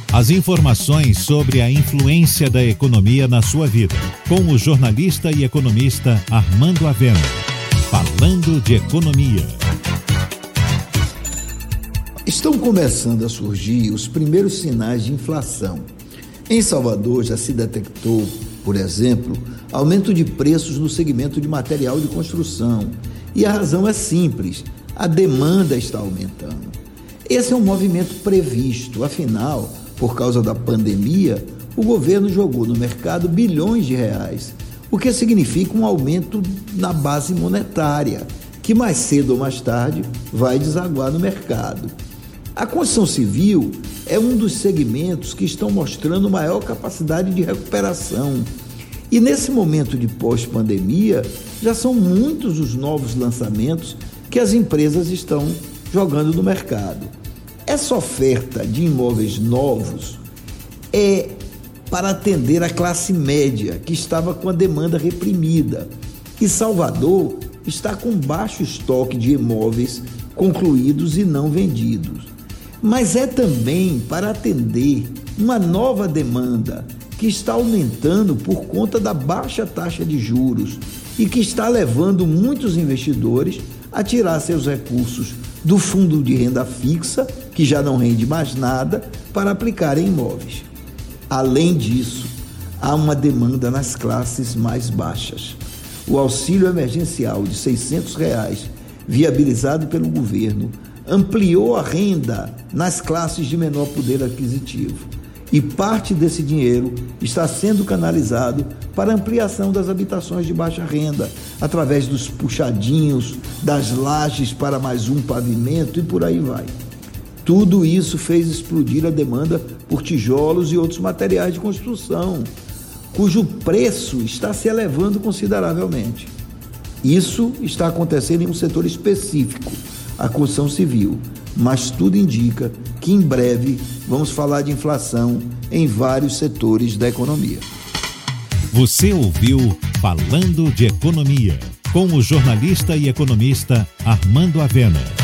As informações sobre a influência da economia na sua vida, com o jornalista e economista Armando Avena. Falando de economia. Estão começando a surgir os primeiros sinais de inflação. Em Salvador já se detectou, por exemplo, aumento de preços no segmento de material de construção. E a razão é simples: a demanda está aumentando. Esse é um movimento previsto, afinal, por causa da pandemia, o governo jogou no mercado bilhões de reais, o que significa um aumento na base monetária, que mais cedo ou mais tarde vai desaguar no mercado. A construção civil é um dos segmentos que estão mostrando maior capacidade de recuperação. E nesse momento de pós-pandemia, já são muitos os novos lançamentos que as empresas estão jogando no mercado. Essa oferta de imóveis novos é para atender a classe média, que estava com a demanda reprimida. E Salvador está com baixo estoque de imóveis concluídos e não vendidos. Mas é também para atender uma nova demanda que está aumentando por conta da baixa taxa de juros e que está levando muitos investidores a tirar seus recursos do fundo de renda fixa, que já não rende mais nada, para aplicar em imóveis. Além disso, há uma demanda nas classes mais baixas. O auxílio emergencial de R$ 600, viabilizado pelo governo, ampliou a renda nas classes de menor poder aquisitivo. E parte desse dinheiro está sendo canalizado para ampliação das habitações de baixa renda, através dos puxadinhos, das lajes para mais um pavimento e por aí vai. Tudo isso fez explodir a demanda por tijolos e outros materiais de construção, cujo preço está se elevando consideravelmente. Isso está acontecendo em um setor específico, a construção civil, mas tudo indica que em breve vamos falar de inflação em vários setores da economia. Você ouviu Falando de Economia, com o jornalista e economista Armando Avena.